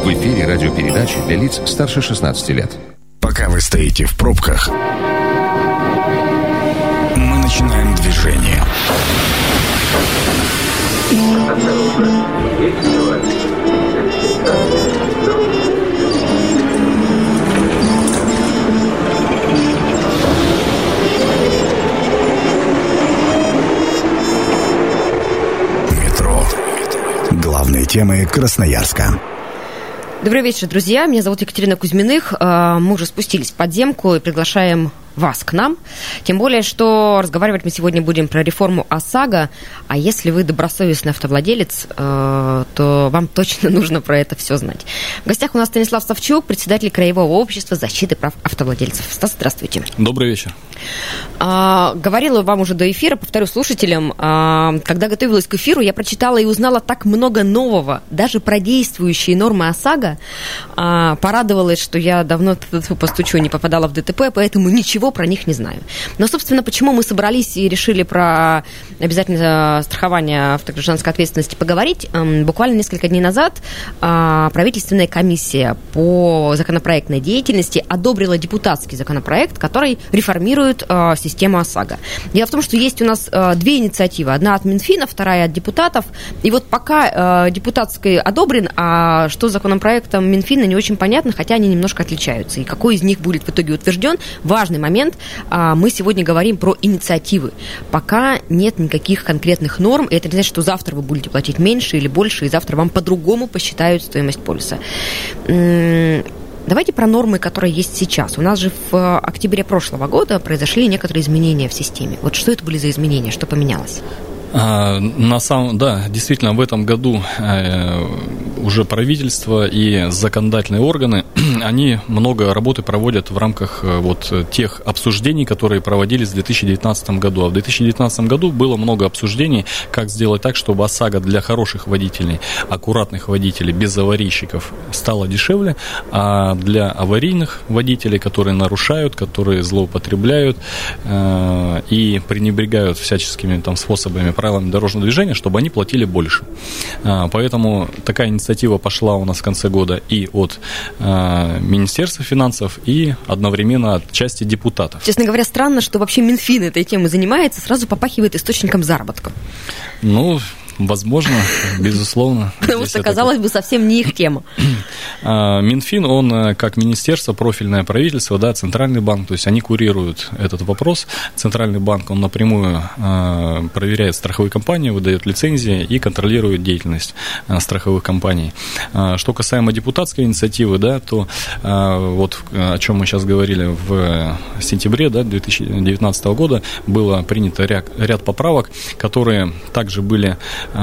В эфире радиопередачи для лиц старше 16 лет. Пока вы стоите в пробках, мы начинаем движение. Метро. Главные темы Красноярска. Добрый вечер, друзья. Меня зовут Екатерина Кузьминых. Мы уже спустились в подземку и приглашаем вас к нам. Тем более, что разговаривать мы сегодня будем про реформу ОСАГО. А если вы добросовестный автовладелец, то вам точно нужно про это все знать. В гостях у нас Станислав Савчук, председатель Краевого общества защиты прав автовладельцев. Стас, здравствуйте. Добрый вечер. Говорила вам уже до эфира, повторю слушателям, когда готовилась к эфиру, я прочитала и узнала так много нового, даже про действующие нормы ОСАГО. Порадовалась, что я давно постучу, не попадала в ДТП, поэтому ничего про них не знаю. Но, собственно, почему мы собрались и решили про обязательное страхование автогражданской ответственности поговорить, буквально несколько дней назад правительственная комиссия по законопроектной деятельности одобрила депутатский законопроект, который реформирует систему ОСАГО. Дело в том, что есть у нас две инициативы. Одна от Минфина, вторая от депутатов. И вот пока депутатский одобрен, а что с законопроектом Минфина, не очень понятно, хотя они немножко отличаются. И какой из них будет в итоге утвержден, важный момент. Мы сегодня говорим про инициативы. Пока нет никаких конкретных норм, и это не значит, что завтра вы будете платить меньше или больше, и завтра вам по-другому посчитают стоимость полиса. Давайте про нормы, которые есть сейчас. У нас же в октябре прошлого года произошли некоторые изменения в системе. Вот что это были за изменения, что поменялось? Да, действительно, в этом году уже правительство и законодательные органы, они много работы проводят в рамках вот тех обсуждений, которые проводились в 2019 году. А в 2019 году было много обсуждений, как сделать так, чтобы ОСАГО для хороших водителей, аккуратных водителей, без аварийщиков стало дешевле, а для аварийных водителей, которые нарушают, которые злоупотребляют и пренебрегают всяческими там способами правилами дорожного движения, чтобы они платили больше. Поэтому такая инициатива пошла у нас в конце года и от Министерства финансов, и одновременно от части депутатов. Честно говоря, странно, что вообще Минфин этой темой занимается, сразу попахивает источником заработка. Возможно, безусловно. Потому что, казалось бы, совсем не их тема. Минфин, он как министерство, профильное правительство, да, Центральный банк, то есть они курируют этот вопрос. Центральный банк, он напрямую проверяет страховые компании, выдает лицензии и контролирует деятельность страховых компаний. Что касаемо депутатской инициативы, да, то вот о чем мы сейчас говорили, в сентябре 2019 года было принято ряд поправок, которые также были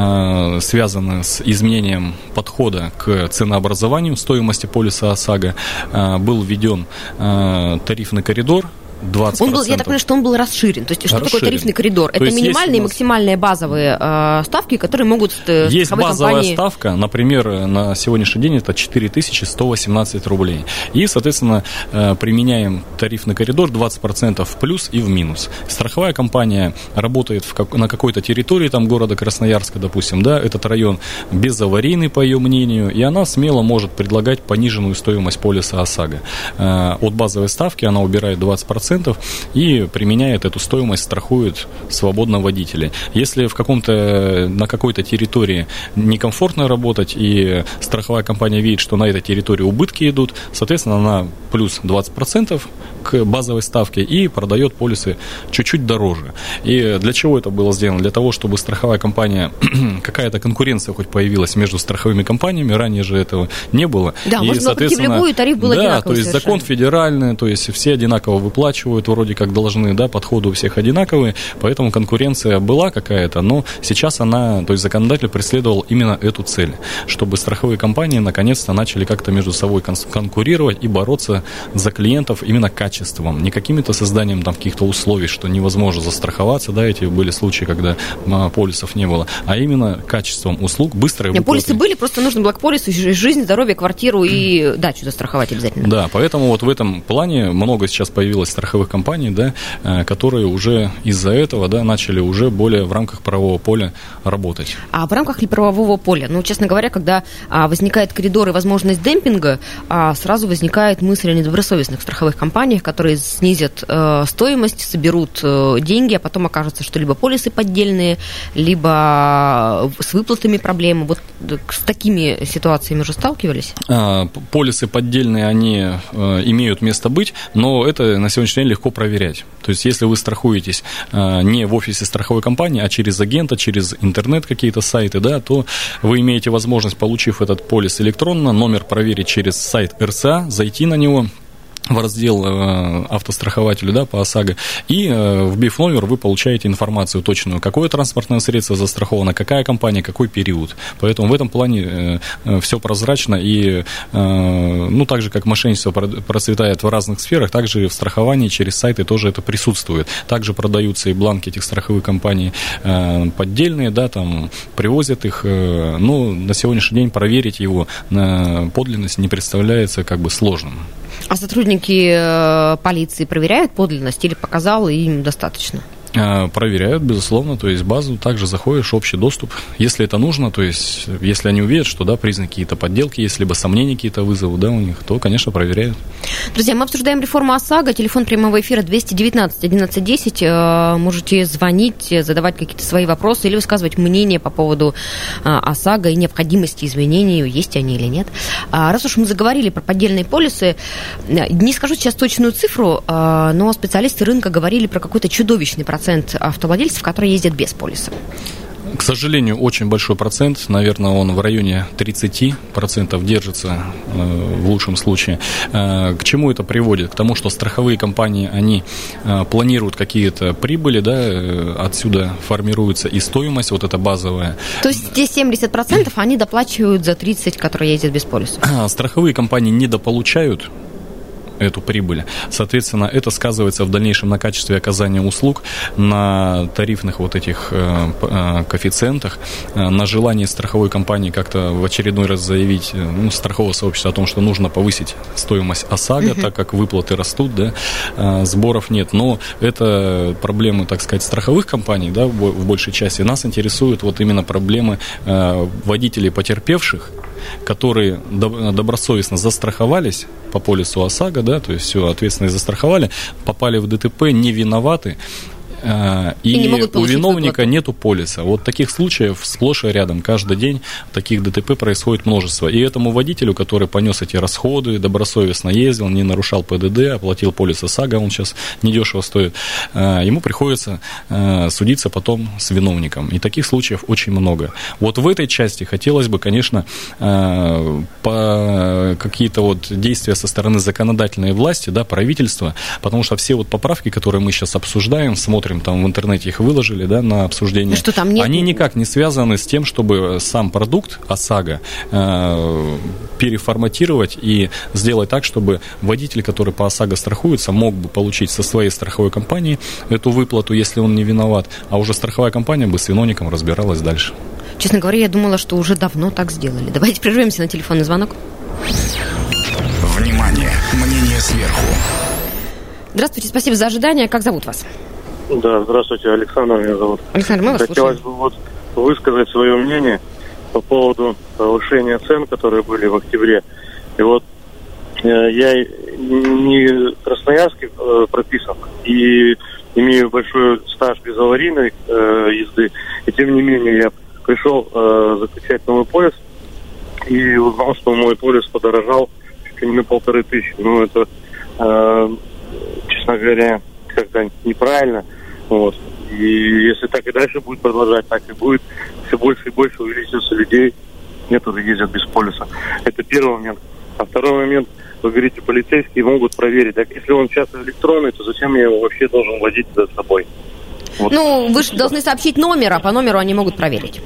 связаны с изменением подхода к ценообразованию стоимости полиса ОСАГО. Был введен тарифный коридор 20%. Я так понимаю, что он был расширен. То есть, что такое тарифный коридор? Это минимальные и максимальные базовые ставки, которые могут есть базовая ставка, например, на сегодняшний день это 4118 рублей. И, соответственно, применяем тарифный коридор 20% в плюс и в минус. Страховая компания работает на какой-то территории там, города Красноярска, допустим, да, этот район безаварийный, по ее мнению, и она смело может предлагать пониженную стоимость полиса ОСАГО. От базовой ставки она убирает 20% и применяет эту стоимость, страхует свободно водителей. Если на какой-то территории некомфортно работать, и страховая компания видит, что на этой территории убытки идут, соответственно, она плюс 20% к базовой ставке и продает полисы чуть-чуть дороже. И для чего это было сделано? Для того, чтобы страховая компания, какая-то конкуренция хоть появилась между страховыми компаниями, ранее же этого не было. Да, и, можно прийти в любую, тариф был одинаковый. Да, то есть закон федеральный, то есть все одинаково выплачивают, вроде как должны, да, подходы у всех одинаковые, поэтому конкуренция была какая-то, но сейчас то есть законодатель преследовал именно эту цель, чтобы страховые компании наконец-то начали как-то между собой конкурировать и бороться за клиентов именно качеством, не какими-то созданием там каких-то условий, что невозможно застраховаться, да, эти были случаи, когда полисов не было, а именно качеством услуг, быстрой выплаты. Полисы были, просто нужно было к полису жизнь, здоровье, квартиру и дачу застраховать обязательно. Да, поэтому вот в этом плане много сейчас появилось страховых страховых компаний, да, которые уже из-за этого, да, начали уже более в рамках правового поля работать. А в рамках ли правового поля? Ну, честно говоря, когда возникает коридор и возможность демпинга, сразу возникает мысль о недобросовестных страховых компаниях, которые снизят стоимость, соберут деньги, а потом окажется, что либо полисы поддельные, либо с выплатами проблемы. Вот с такими ситуациями уже сталкивались? Полисы поддельные, они имеют место быть, но это на сегодняшний день легко проверять. То есть, если вы страхуетесь не в офисе страховой компании, а через агента, через интернет какие-то сайты, да, то вы имеете возможность, получив этот полис электронно, номер проверить через сайт РСА, зайти на него в раздел автострахователю, да, по ОСАГО, и вбив номер, вы получаете информацию точную, какое транспортное средство застраховано, какая компания, какой период. Поэтому в этом плане все прозрачно, и ну, так же, как мошенничество процветает в разных сферах, также и в страховании через сайты тоже это присутствует. Также продаются и бланки этих страховых компаний поддельные, да, там привозят их, но на сегодняшний день проверить его на подлинность не представляется как бы сложным. А сотрудники полиции проверяют подлинность или показал, и им достаточно? Проверяют, безусловно, то есть базу также заходишь, общий доступ, если это нужно, то есть если они увидят, что, да, признаки какие-то подделки, если либо сомнения какие-то вызовут, да, у них, то, конечно, проверяют. Друзья, мы обсуждаем реформу ОСАГО, телефон прямого эфира 219-11-10, можете звонить, задавать какие-то свои вопросы или высказывать мнение по поводу ОСАГО и необходимости изменений, есть они или нет. Раз уж мы заговорили про поддельные полисы, не скажу сейчас точную цифру, но специалисты рынка говорили про какой-то чудовищный процент автовладельцев, которые ездят без полиса. К сожалению, очень большой процент, наверное, он в районе 30% держится в лучшем случае. К чему это приводит? К тому, что страховые компании, они планируют какие-то прибыли, да, отсюда формируется и стоимость, вот эта базовая. То есть те 70% они доплачивают за 30%, которые ездят без полиса? Страховые компании недополучают эту прибыль. Соответственно, это сказывается в дальнейшем на качестве оказания услуг, на тарифных вот этих коэффициентах, на желании страховой компании как-то в очередной раз заявить, ну, страхового сообщества о том, что нужно повысить стоимость ОСАГО, так как выплаты растут, да, сборов нет. Но это проблемы, так сказать, страховых компаний, да, в большей части. Нас интересуют вот именно проблемы водителей потерпевших, которые добросовестно застраховались по полису ОСАГО, да, то есть все ответственно застраховали, попали в ДТП, не виноваты, и у виновника выплату. Нету полиса. Вот таких случаев сплошь и рядом. Каждый день таких ДТП происходит множество. И этому водителю, который понес эти расходы, добросовестно ездил, не нарушал ПДД, оплатил полис ОСАГО, он сейчас недешево стоит, ему приходится судиться потом с виновником. И таких случаев очень много. Вот в этой части хотелось бы, конечно, какие-то вот действия со стороны законодательной власти, да, правительства, потому что все вот поправки, которые мы сейчас обсуждаем, смотрим, там в интернете их выложили, да, на обсуждение. Что там нет? Они никак не связаны с тем, чтобы сам продукт ОСАГО переформатировать и сделать так, чтобы водитель, который по ОСАГО страхуется, мог бы получить со своей страховой компании эту выплату, если он не виноват, а уже страховая компания бы с виновником разбиралась дальше. Честно говоря, я думала, что уже давно так сделали. Давайте прервемся на телефонный звонок. Внимание! Мнение сверху. Здравствуйте, спасибо за ожидание. Как зовут вас? Да, здравствуйте, Александр меня зовут. Александр, мы вас Хотелось бы вот высказать свое мнение по поводу повышения цен, которые были в октябре. И вот я не красноярский прописан и имею большой стаж безаварийной езды, и тем не менее я пришел заключать новый полис и узнал, что мой полис подорожал чуть ли не на 1500. Ну, это, честно говоря, как-то неправильно. Вот. И если так и дальше будет продолжать, так и будет. Все больше и больше увеличивается людей, которые ездят без полиса. Это первый момент. А второй момент, вы говорите, полицейские могут проверить. Так если он сейчас электронный, то зачем я его вообще должен возить за собой? Вот. Ну, вы же должны сообщить номер, а по номеру они могут проверить.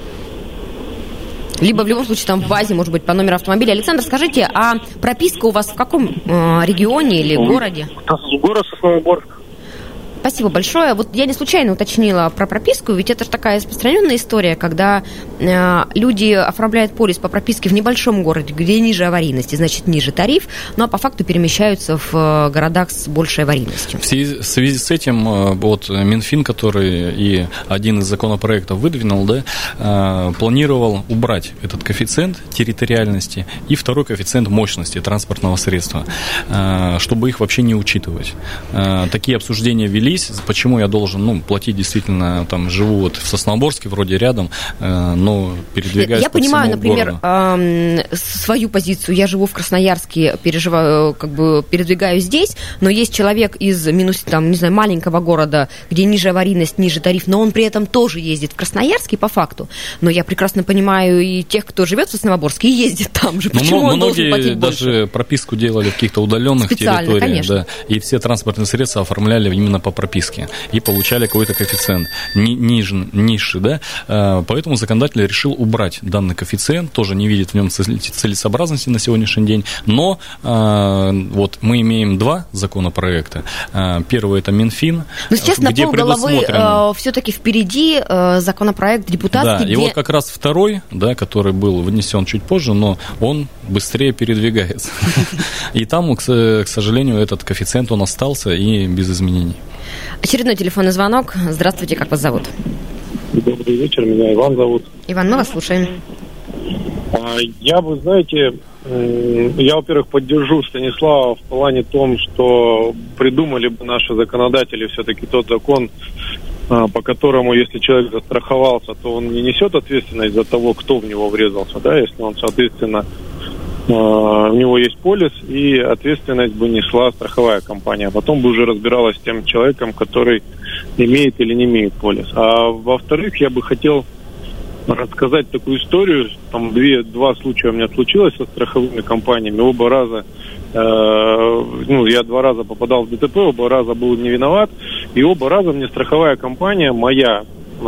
Либо в любом случае там в базе, может быть, по номеру автомобиля. Александр, скажите, а прописка у вас в каком регионе или городе? Город Сосновоборск. Спасибо большое. Вот я не случайно уточнила про прописку, ведь это же такая распространенная история, когда люди оформляют полис по прописке в небольшом городе, где ниже аварийности, значит, ниже тариф, но по факту перемещаются в городах с большей аварийностью. В связи с этим вот Минфин, который и один из законопроектов выдвинул, да, планировал убрать этот коэффициент территориальности и второй коэффициент мощности транспортного средства, чтобы их вообще не учитывать. Такие обсуждения велись. Почему я должен платить действительно, там, живу вот в Сосновоборске, вроде рядом, но передвигаюсь я по всему понимаю, например, городу. Свою позицию. Я живу в Красноярске, передвигаюсь здесь, но есть человек из маленького города, где ниже аварийность, ниже тариф, но он при этом тоже ездит в Красноярске по факту. Но я прекрасно понимаю и тех, кто живет в Сосновоборске и ездит там же. Почему он должен платить больше? Многие даже прописку делали в каких-то удаленных территориях. Конечно. Да, и все транспортные средства оформляли именно по прописке и получали какой-то коэффициент низший, да, поэтому законодатель решил убрать данный коэффициент, тоже не видит в нем целесообразности на сегодняшний день, но вот мы имеем два законопроекта. Первый — это Минфин, но сейчас где на полголовы предусмотрено... все-таки впереди законопроект депутатский. Да, и вот как раз второй, да, который был внесен чуть позже, но он быстрее передвигается. И там, к сожалению, этот коэффициент, он остался и без изменений. Очередной телефонный звонок. Здравствуйте, как вас зовут? Добрый вечер, меня Иван зовут. Иван, мы вас слушаем. Я, вы знаете, я, во-первых, поддержу Станислава в плане том, что придумали бы наши законодатели все-таки тот закон, по которому, если человек застраховался, то он не несет ответственность за того, кто в него врезался, да, если он, соответственно, у него есть полис, и ответственность бы несла страховая компания. Потом бы уже разбиралась с тем человеком, который имеет или не имеет полис. А во-вторых, я бы хотел рассказать такую историю. Там два случая у меня случилось со страховыми компаниями. Оба раза, я 2 раза попадал в ДТП, оба раза был не виноват. И оба раза мне страховая компания моя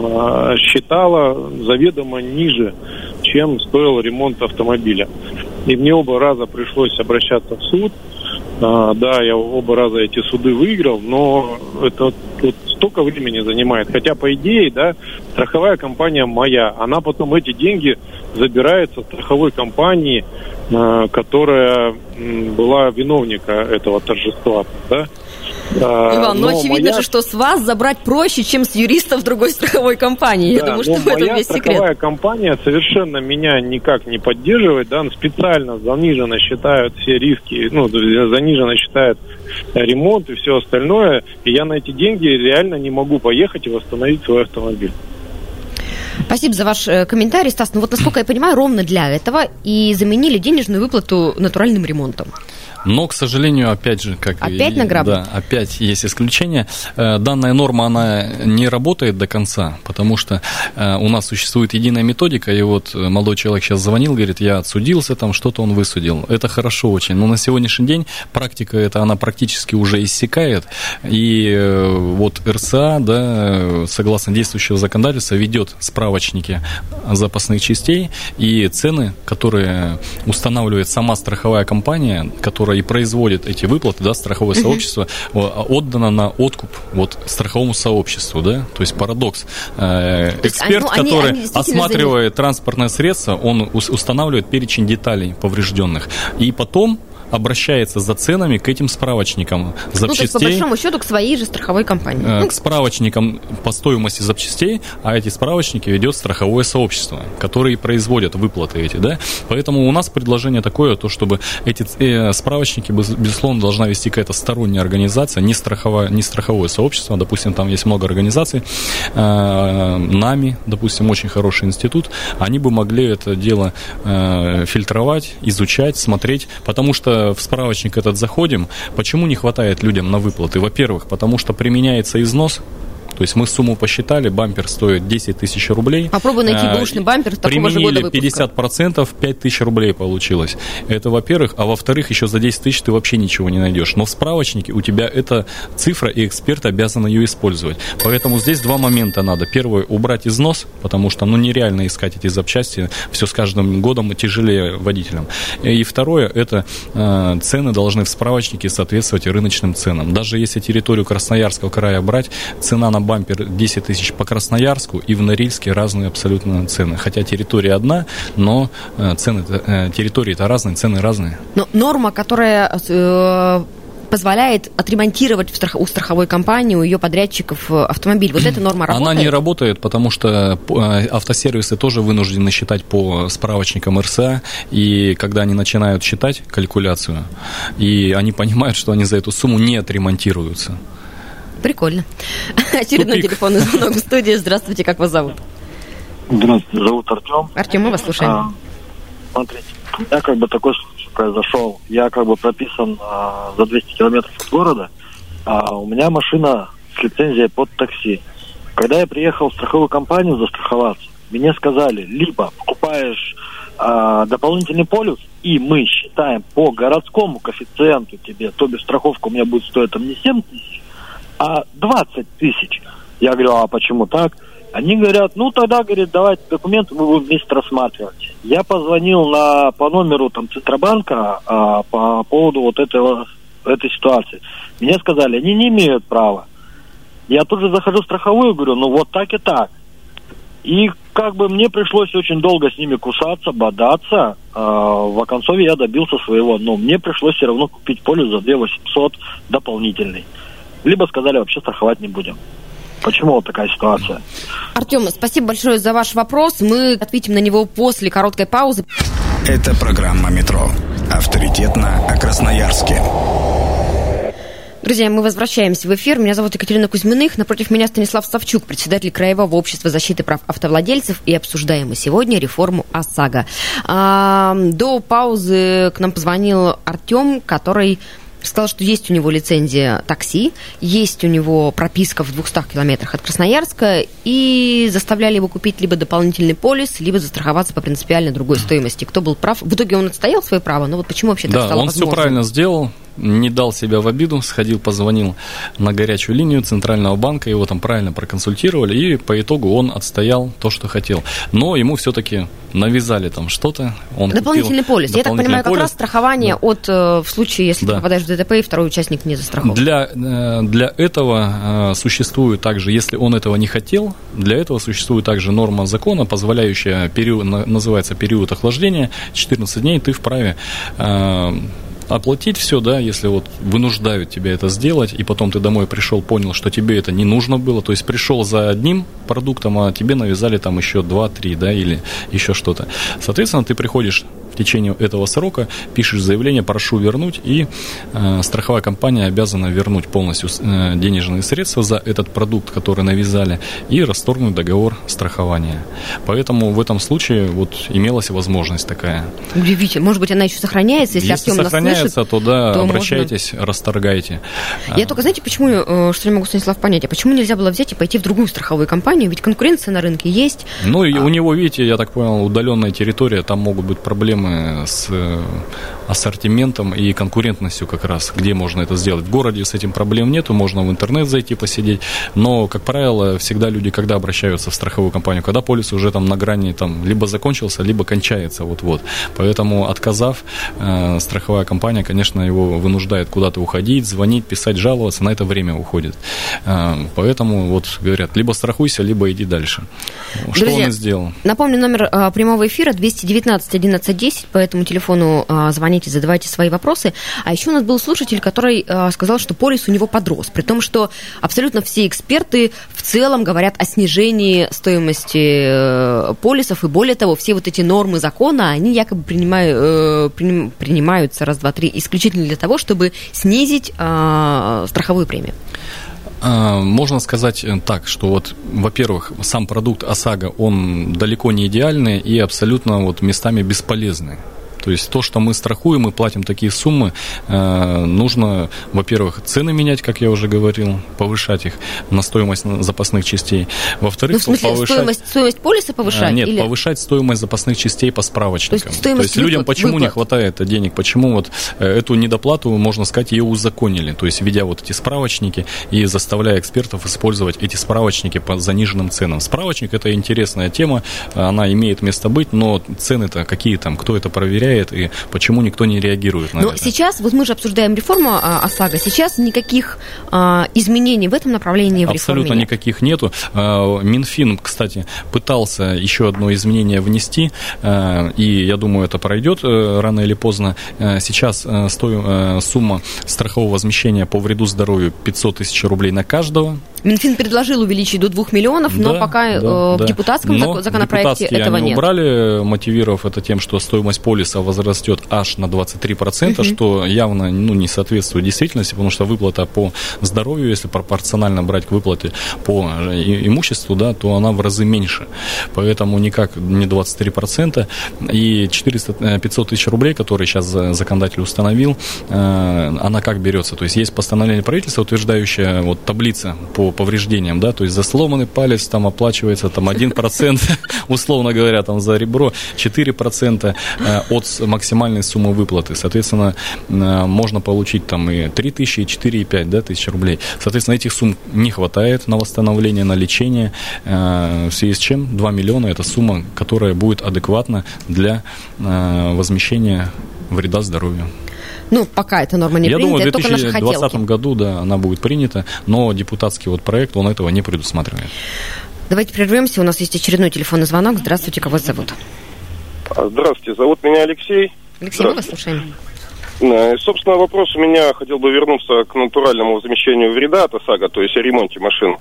считала заведомо ниже, чем стоил ремонт автомобиля. И мне оба раза пришлось обращаться в суд. Да, я оба раза эти суды выиграл, но это столько времени занимает. Хотя, по идее, да, страховая компания моя. Она потом эти деньги забирает со страховой компании, которая была виновника этого торжества, да. Иван, очевидно же, что с вас забрать проще, чем с юристов другой страховой компании. Да, я думаю, что в этом весь секрет. Страховая компания совершенно меня никак не поддерживает, да, специально заниженно считают все риски, заниженно считают ремонт и все остальное, и я на эти деньги реально не могу поехать и восстановить свой автомобиль. Спасибо за ваш комментарий, Стас. Вот, насколько я понимаю, ровно для этого и заменили денежную выплату натуральным ремонтом. Но, к сожалению, опять же, опять на грабли? Да, опять есть исключение. Данная норма, она не работает до конца, потому что у нас существует единая методика, и вот молодой человек сейчас звонил, говорит, я отсудился, там что-то он высудил. Это хорошо очень, но на сегодняшний день практика эта, она практически уже иссякает, и вот РСА, да, согласно действующего законодательства, ведет справочники запасных частей, и цены, которые устанавливает сама страховая компания, которая и производит эти выплаты, да, страховое сообщество, отдано на откуп вот страховому сообществу, да, то есть парадокс. Эксперт, который осматривает транспортное средство, он устанавливает перечень деталей поврежденных, и потом обращается за ценами к этим справочникам запчастей. То есть, по большому счету, к своей же страховой компании. К справочникам по стоимости запчастей, а эти справочники ведет страховое сообщество, которые производят выплаты эти, да. Поэтому у нас предложение такое, то, чтобы эти справочники, безусловно, должна вести какая-то сторонняя организация, не страховое сообщество, допустим, там есть много организаций, НАМИ, допустим, очень хороший институт, они бы могли это дело фильтровать, изучать, смотреть, потому что в справочник этот заходим. Почему не хватает людям на выплаты? Во-первых, потому что применяется износ, То есть мы сумму посчитали, бампер стоит 10 тысяч рублей. Попробуй найти бэушный бампер такого же года выпуска. Применили 50%, 5 тысяч рублей получилось. Это, во-первых. А во-вторых, еще за 10 тысяч ты вообще ничего не найдешь. Но в справочнике у тебя эта цифра, и эксперт обязан ее использовать. Поэтому здесь два момента надо. Первое, убрать износ, потому что нереально искать эти запчасти. Все с каждым годом тяжелее водителям. И второе, это цены должны в справочнике соответствовать рыночным ценам. Даже если территорию Красноярского края брать, цена на бампер 10 тысяч по Красноярску и в Норильске разные абсолютно цены. Хотя территория одна, но цены территории-то разные, цены разные. Но норма, которая позволяет отремонтировать у страховой компании, у ее подрядчиков автомобиль. Вот эта норма работает? Она не работает, потому что автосервисы тоже вынуждены считать по справочникам РСА, и когда они начинают считать калькуляцию, и они понимают, что они за эту сумму не отремонтируются. Прикольно. Очередной телефонный звонок в студии. Здравствуйте, как вас зовут? Здравствуйте, зовут Артем. Артем, мы вас слушаем. Смотрите, у меня такой случай произошел. Я прописан за 200 километров от города, а у меня машина с лицензией под такси. Когда я приехал в страховую компанию застраховаться, мне сказали, либо покупаешь дополнительный полис, и мы считаем по городскому коэффициенту тебе, то бишь страховка у меня будет стоить не 7 тысяч, а 20 тысяч. Я говорю, а почему так? Они говорят, тогда, давайте документы мы будем вместе рассматривать. Я позвонил по номеру Центробанка по поводу этой ситуации. Мне сказали, они не имеют права. Я тут же захожу в страховую, говорю, вот так и так. И мне пришлось очень долго с ними кусаться, бодаться. В оконцове я добился своего, но мне пришлось все равно купить полис за 2800 дополнительный. Либо сказали, вообще страховать не будем. Почему вот такая ситуация? Артем, спасибо большое за ваш вопрос. Мы ответим на него после короткой паузы. Это программа «Метро». Авторитетно о Красноярске. Друзья, мы возвращаемся в эфир. Меня зовут Екатерина Кузьминых. Напротив меня Станислав Савчук, председатель Краевого общества защиты прав автовладельцев. И обсуждаем мы сегодня реформу ОСАГО. До паузы к нам позвонил Артем, который сказал, что есть у него лицензия такси, есть у него прописка в 200 километрах от Красноярска, и заставляли его купить либо дополнительный полис, либо застраховаться по принципиально другой стоимости. Кто был прав? В итоге он отстоял свое право, но почему вообще так стало возможно? Да, он все правильно сделал. Не дал себя в обиду, позвонил на горячую линию Центрального банка, его там правильно проконсультировали, и по итогу он отстоял то, что хотел. Но ему все-таки навязали что-то. Дополнительный полис. Я так понимаю, как раз страхование в случае, если ты попадаешь в ДТП, и второй участник не застрахован. Для этого существует также, если он этого не хотел, для этого существует также норма закона, позволяющая называется период охлаждения, 14 дней ты вправе оплатить все, если вынуждают тебя это сделать, и потом ты домой пришел, понял, что тебе это не нужно было, то есть пришел за одним продуктом, а тебе навязали еще 2-3, или еще что-то. Соответственно, ты приходишь в течение этого срока, пишешь заявление, прошу вернуть, и страховая компания обязана вернуть полностью денежные средства за этот продукт, который навязали, и расторгнуть договор страхования. Поэтому в этом случае имелась возможность такая. Удивительно. Может быть, она еще сохраняется, если Артем нас слышит, то обращайтесь, расторгайте. Я только, знаете, почему, что не могу, Станислав, понять, а почему нельзя было взять и пойти в другую страховую компанию, ведь конкуренция на рынке есть. И у него, видите, я так понял, удаленная территория, там могут быть проблемы с ассортиментом и конкурентностью как раз, где можно это сделать. В городе с этим проблем нету, можно в интернет зайти посидеть, но, как правило, всегда люди, когда обращаются в страховую компанию, когда полис уже на грани либо закончился, либо кончается вот-вот. Поэтому, отказав, страховая компания, конечно, его вынуждает куда-то уходить, звонить, писать, жаловаться, на это время уходит. Поэтому, говорят, либо страхуйся, либо иди дальше. Что он и сделал. Напомню, номер прямого эфира 219 11 10, по этому телефону звоните, задавайте свои вопросы. А еще у нас был слушатель, который сказал, что полис у него подрос, при том, что абсолютно все эксперты в целом говорят о снижении стоимости полисов, и более того, все эти нормы закона, они якобы принимаются раз, два, три исключительно для того, чтобы снизить страховую премию. Можно сказать так, что во-первых, сам продукт ОСАГО, он далеко не идеальный и абсолютно местами бесполезный. То есть то, что мы страхуем, мы платим такие суммы, нужно, во-первых, цены менять, как я уже говорил, повышать их на стоимость запасных частей. Во-вторых, стоимость полиса повышать? Нет, или... повышать стоимость запасных частей по справочникам. То есть людям почему не хватает денег, почему вот эту недоплату, можно сказать, ее узаконили, то есть введя вот эти справочники и заставляя экспертов использовать эти справочники по заниженным ценам. Справочник – это интересная тема, она имеет место быть, но цены-то какие там, кто это проверяет и почему никто не реагирует на это? Но сейчас, вот мы же обсуждаем реформу ОСАГО, сейчас никаких изменений в этом направлении в реформе абсолютно никаких нету. Минфин, кстати, пытался еще одно изменение внести, и я думаю, это пройдет рано или поздно. Сейчас сумма страхового возмещения по вреду здоровью 500 тысяч рублей на каждого. Минфин предложил увеличить до 2 миллионов, но пока в депутатском законопроекте этого нет. Убрали, мотивировав это тем, что стоимость полиса возрастет аж на 23%, что явно не соответствует действительности, потому что выплата по здоровью, если пропорционально брать к выплате по имуществу, да, то она в разы меньше. Поэтому никак не 23%. И 500 тысяч рублей, которые сейчас законодатель установил, она как берется? То есть есть постановление правительства, утверждающее вот таблица по повреждениям, да, то есть за сломанный палец там оплачивается там 1%, условно говоря, там за ребро 4% от максимальной суммы выплаты. Соответственно, можно получить там и 3 тысячи, и 4, и 5 тысяч рублей. Соответственно, этих сумм не хватает на восстановление, на лечение, в связи с чем 2 миллиона – это сумма, которая будет адекватна для возмещения вреда здоровью. Ну, пока эта норма не принята, это только наши хотелки. Я думаю, в 2020 году, да, она будет принята, но депутатский вот проект, он этого не предусматривает. Давайте прервемся, у нас есть очередной телефонный звонок. Здравствуйте, кого вас зовут? Здравствуйте, зовут меня Алексей. Алексей, мы вас слушаем. Собственно, вопрос у меня, хотел бы вернуться к натуральному возмещению вреда от ОСАГО, то есть о ремонте машин.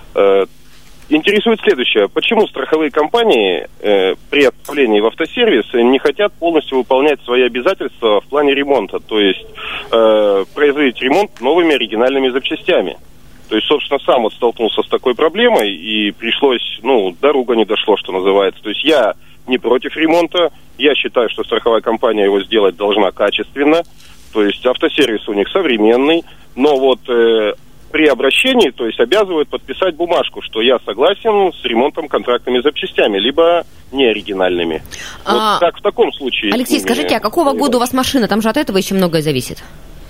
Интересует следующее. Почему страховые компании при отправлении в автосервис не хотят полностью выполнять свои обязательства в плане ремонта? То есть производить ремонт новыми оригинальными запчастями. То есть, собственно, сам вот столкнулся с такой проблемой и пришлось, до руга не дошло, что называется. То есть я не против ремонта, я считаю, что страховая компания его сделать должна качественно. То есть автосервис у них современный, но вот... при обращении, то есть обязывают подписать бумажку, что я согласен с ремонтом контрактными запчастями, либо неоригинальными. Вот как в таком случае? Алексей, скажите, а какого года у вас машина? Там же от этого еще многое зависит.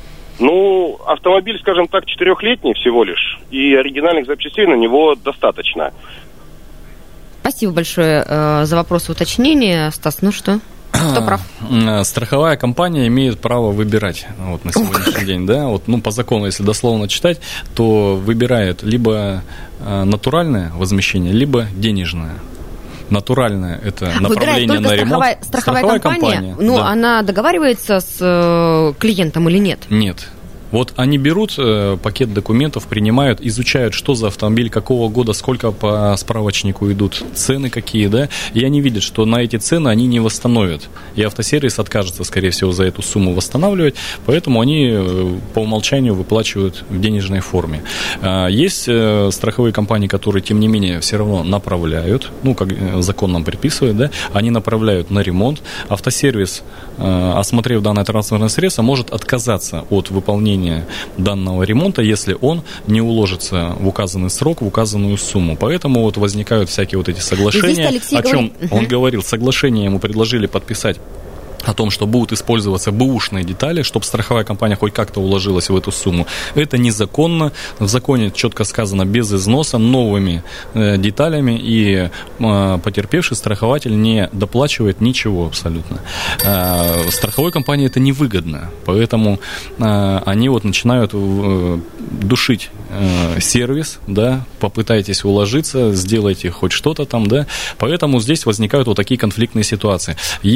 Автомобиль, скажем так, 4-летний всего лишь, и оригинальных запчастей на него достаточно. Спасибо большое за вопрос и уточнение. Стас, что? Кто прав? Страховая компания имеет право выбирать вот, на сегодняшний день, да, вот, по закону, если дословно читать, то выбирает либо натуральное возмещение, либо денежное. Натуральное – это направление на ремонт. Страховая компания, да. Она договаривается с клиентом или нет? Нет. Вот они берут пакет документов, принимают, изучают, что за автомобиль, какого года, сколько по справочнику идут, цены какие, да, и они видят, что на эти цены они не восстановят, и автосервис откажется, скорее всего, за эту сумму восстанавливать, поэтому они по умолчанию выплачивают в денежной форме. Есть страховые компании, которые, тем не менее, все равно направляют, как закон нам предписывает, да, они направляют на ремонт, автосервис, осмотрев данное транспортное средство, может отказаться от выполнения данного ремонта, если он не уложится в указанный срок, в указанную сумму. Поэтому вот возникают всякие вот эти соглашения, о чем он говорил. Соглашение ему предложили подписать о том, что будут использоваться бэушные детали, чтобы страховая компания хоть как-то уложилась в эту сумму. Это незаконно. В законе четко сказано без износа, новыми деталями, и потерпевший страхователь не доплачивает ничего абсолютно. Страховой компании это невыгодно, поэтому они вот начинают душить сервис, да, попытайтесь уложиться, сделайте хоть что-то там, да, поэтому здесь возникают вот такие конфликтные ситуации.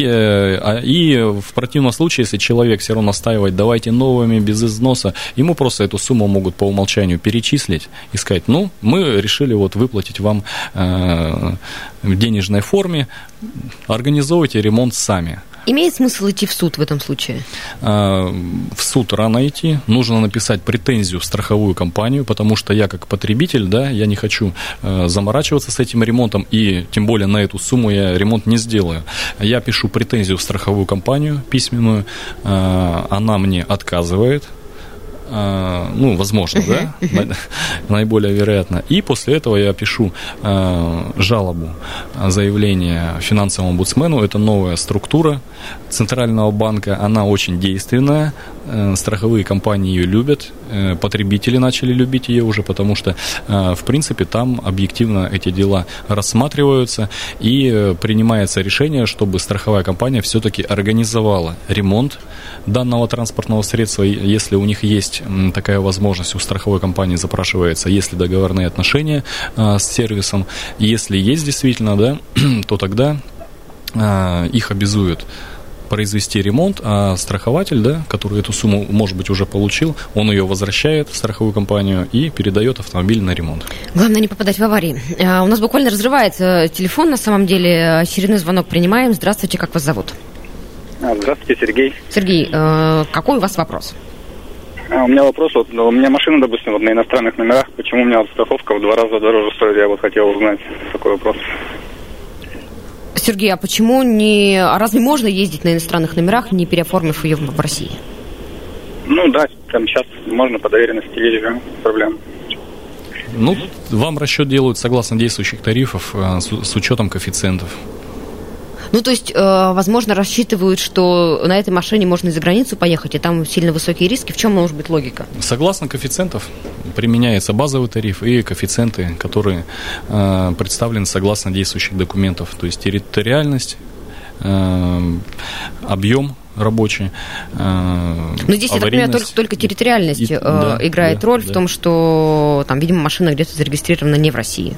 И в противном случае, если человек все равно настаивает, давайте новыми, без износа, ему просто эту сумму могут по умолчанию перечислить и сказать, мы решили вот выплатить вам в денежной форме, организовывайте ремонт сами. Имеет смысл идти в суд в этом случае? В суд рано идти. Нужно написать претензию в страховую компанию, потому что я как потребитель, да, я не хочу заморачиваться с этим ремонтом, и тем более на эту сумму я ремонт не сделаю. Я пишу претензию в страховую компанию письменную, она мне отказывает. Возможно, да, наиболее вероятно. И после этого я пишу жалобу, заявление финансовому омбудсмену. Это новая структура Центрального банка, она очень действенная, страховые компании ее любят, потребители начали любить ее уже, потому что, в принципе, там объективно эти дела рассматриваются и принимается решение, чтобы страховая компания все-таки организовала ремонт данного транспортного средства, если у них есть такая возможность, у страховой компании запрашивается, есть ли договорные отношения с сервисом. Если есть действительно, да, то тогда их обязуют произвести ремонт, а страхователь, да, который эту сумму, может быть, уже получил, он ее возвращает в страховую компанию и передает автомобиль на ремонт. Главное не попадать в аварии. У нас буквально разрывается телефон, на самом деле. Очередной звонок принимаем. Здравствуйте, как вас зовут? Здравствуйте, Сергей. Сергей, какой у вас вопрос? У меня вопрос, у меня машина, допустим, на иностранных номерах, почему у меня страховка в 2 раза дороже стоит, я хотел узнать такой вопрос. Сергей, а почему разве можно ездить на иностранных номерах, не переоформив ее в России? Да, там сейчас можно по доверенности ездить, проблем. Вам расчет делают согласно действующих тарифов с учетом коэффициентов. То есть, возможно, рассчитывают, что на этой машине можно и за границу поехать, и там сильно высокие риски. В чем может быть логика? Согласно коэффициентов применяется базовый тариф и коэффициенты, которые представлены согласно действующих документов. То есть территориальность, объем рабочий. Но здесь, я так понимаю, только территориальность играет роль в том, что там, видимо, машина где-то зарегистрирована не в России.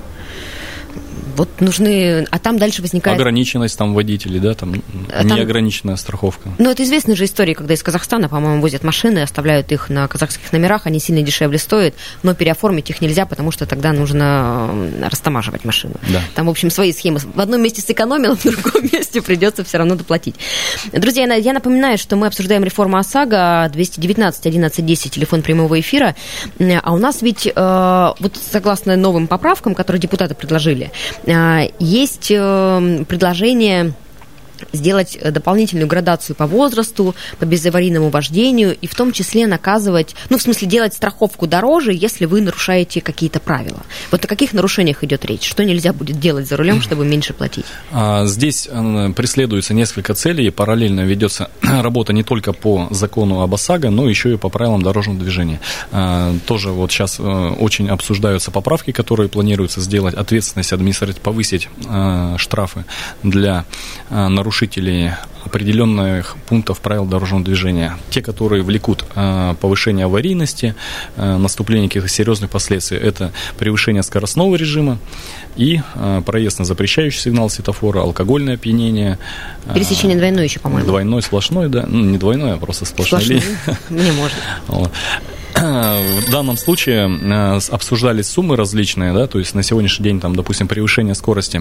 Нужны, а там дальше возникает... Ограниченность там водителей, да, там неограниченная страховка. Это известная же история, когда из Казахстана, по-моему, возят машины, оставляют их на казахских номерах, они сильно дешевле стоят, но переоформить их нельзя, потому что тогда нужно растамаживать машину. Да. Там, в общем, свои схемы. В одном месте сэкономил, в другом месте придется все равно доплатить. Друзья, я напоминаю, что мы обсуждаем реформу ОСАГО, 219 11 10, телефон прямого эфира, а у нас ведь, согласно новым поправкам, которые депутаты предложили, есть предложение сделать дополнительную градацию по возрасту, по безаварийному вождению, и в том числе наказывать, делать страховку дороже, если вы нарушаете какие-то правила. О каких нарушениях идет речь? Что нельзя будет делать за рулем, чтобы меньше платить? Здесь преследуется несколько целей, параллельно ведется работа не только по закону об ОСАГО, но еще и по правилам дорожного движения. Тоже сейчас очень обсуждаются поправки, которые планируется сделать, ответственность административную, повысить штрафы для нарушителей определенных пунктов правил дорожного движения. Те, которые влекут повышение аварийности, наступление каких-то серьезных последствий, это превышение скоростного режима и проезд на запрещающий сигнал светофора, алкогольное опьянение. Пересечение двойной еще, по-моему. Двойной, сплошной, да. Не двойной, а просто сплошной. Мне можно. В данном случае обсуждались суммы различные, да, то есть на сегодняшний день, допустим, превышение скорости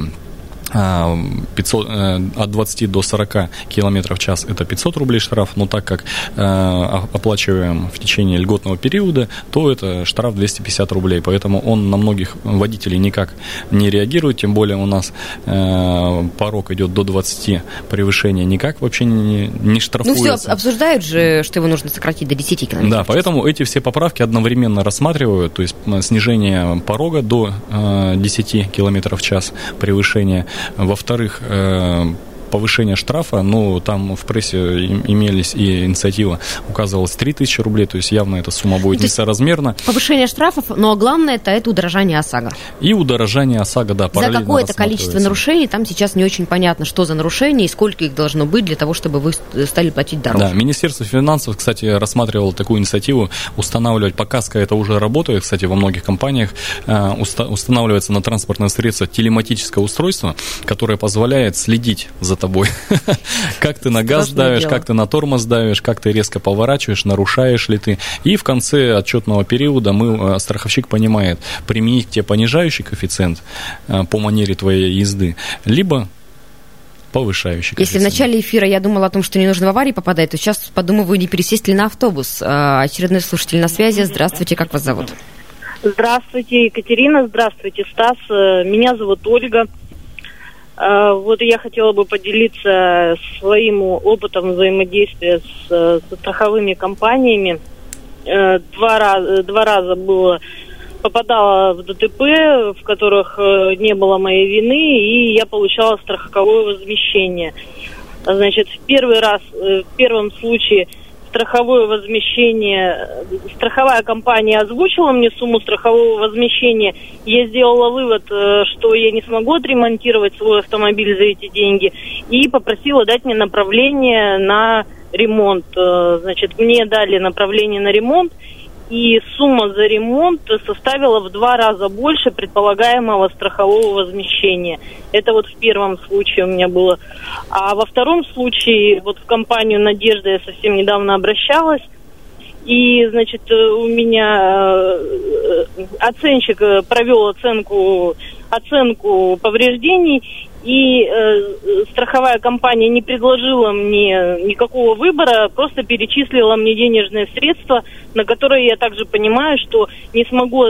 500, от 20 до 40 км в час это 500 рублей штраф, но так как оплачиваем в течение льготного периода, то это штраф 250 рублей, поэтому он на многих водителей никак не реагирует, тем более у нас порог идет до 20, превышения никак вообще не штрафуется. Все обсуждают же, что его нужно сократить до 10 км. Да, поэтому эти все поправки одновременно рассматривают, то есть снижение порога до 10 км в час превышения. Во-вторых, повышение штрафа, там в прессе имелись и инициатива, указывалась 3000 рублей, то есть явно эта сумма будет несоразмерна. Повышение штрафов, но главное это удорожание ОСАГО. И удорожание ОСАГО, да, за какое-то количество нарушений, там сейчас не очень понятно, что за нарушения и сколько их должно быть для того, чтобы вы стали платить дороже. Да, Министерство финансов, кстати, рассматривало такую инициативу устанавливать, пока это уже работает, кстати, во многих компаниях устанавливается на транспортное средство телематическое устройство, которое позволяет следить за тобой. Как ты на газ давишь, как ты на тормоз давишь, как ты резко поворачиваешь, нарушаешь ли ты. И в конце отчетного периода страховщик понимает, применить тебе понижающий коэффициент по манере твоей езды, либо повышающий Если в начале эфира я думала о том, что не нужно в аварии попадать, то сейчас подумываю, не пересесть ли на автобус. Очередной слушатель на связи. Здравствуйте, как вас зовут? Здравствуйте, Екатерина. Здравствуйте, Стас. Меня зовут Ольга. Вот я хотела бы поделиться своим опытом взаимодействия со страховыми компаниями. Два раза попадала в ДТП, в которых не было моей вины, и я получала страховое возмещение. Значит, в первом случае страховое возмещение, страховая компания озвучила мне сумму страхового возмещения. Я сделала вывод, что я не смогу отремонтировать свой автомобиль за эти деньги, и попросила дать мне направление на ремонт. Значит, мне дали направление на ремонт, и сумма за ремонт составила в 2 раза больше предполагаемого страхового возмещения. Это вот в первом случае у меня было. А во втором случае, вот в компанию «Надежда» я совсем недавно обращалась, и, значит, у меня оценщик провел оценку повреждений, и страховая компания не предложила мне никакого выбора, просто перечислила мне денежные средства, на которые я также понимаю, что не смогу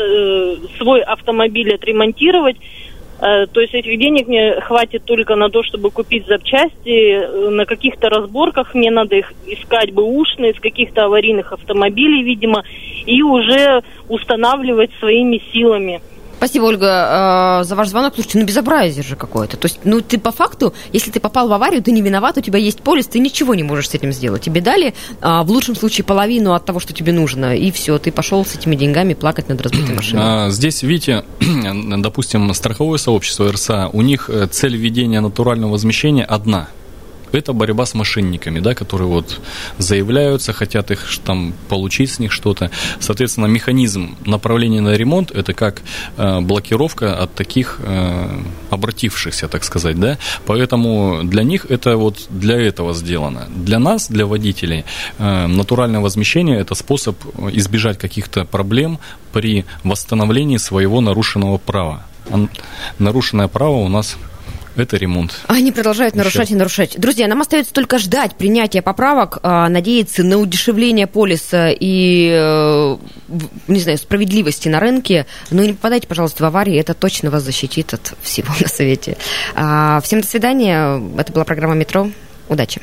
свой автомобиль отремонтировать. То есть этих денег мне хватит только на то, чтобы купить запчасти. На каких-то разборках мне надо их искать бэушные, из каких-то аварийных автомобилей, видимо, и уже устанавливать своими силами. Спасибо, Ольга, за ваш звонок. Слушайте, безобразие же какое-то. То есть, ты по факту, если ты попал в аварию, ты не виноват, у тебя есть полис, ты ничего не можешь с этим сделать. Тебе дали, в лучшем случае, половину от того, что тебе нужно, и все, ты пошел с этими деньгами плакать над разбитой машиной. Здесь, видите, допустим, страховое сообщество РСА, у них цель введения натурального возмещения одна. Это борьба с мошенниками, да, которые вот заявляются, хотят их там получить с них что-то. Соответственно, механизм направления на ремонт – это как блокировка от таких обратившихся, так сказать, да. Поэтому для них это вот для этого сделано. Для нас, для водителей, натуральное возмещение – это способ избежать каких-то проблем при восстановлении своего нарушенного права. Нарушенное право у нас – это ремонт. Они продолжают нарушать и нарушать. Друзья, нам остается только ждать принятия поправок, надеяться на удешевление полиса и, не знаю, справедливости на рынке. Но не попадайте, пожалуйста, в аварии, это точно вас защитит от всего на свете. Всем до свидания. Это была программа «Метро». Удачи.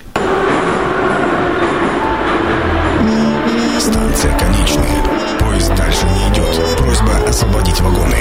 Станция конечная. Поезд дальше не идет. Просьба освободить вагоны.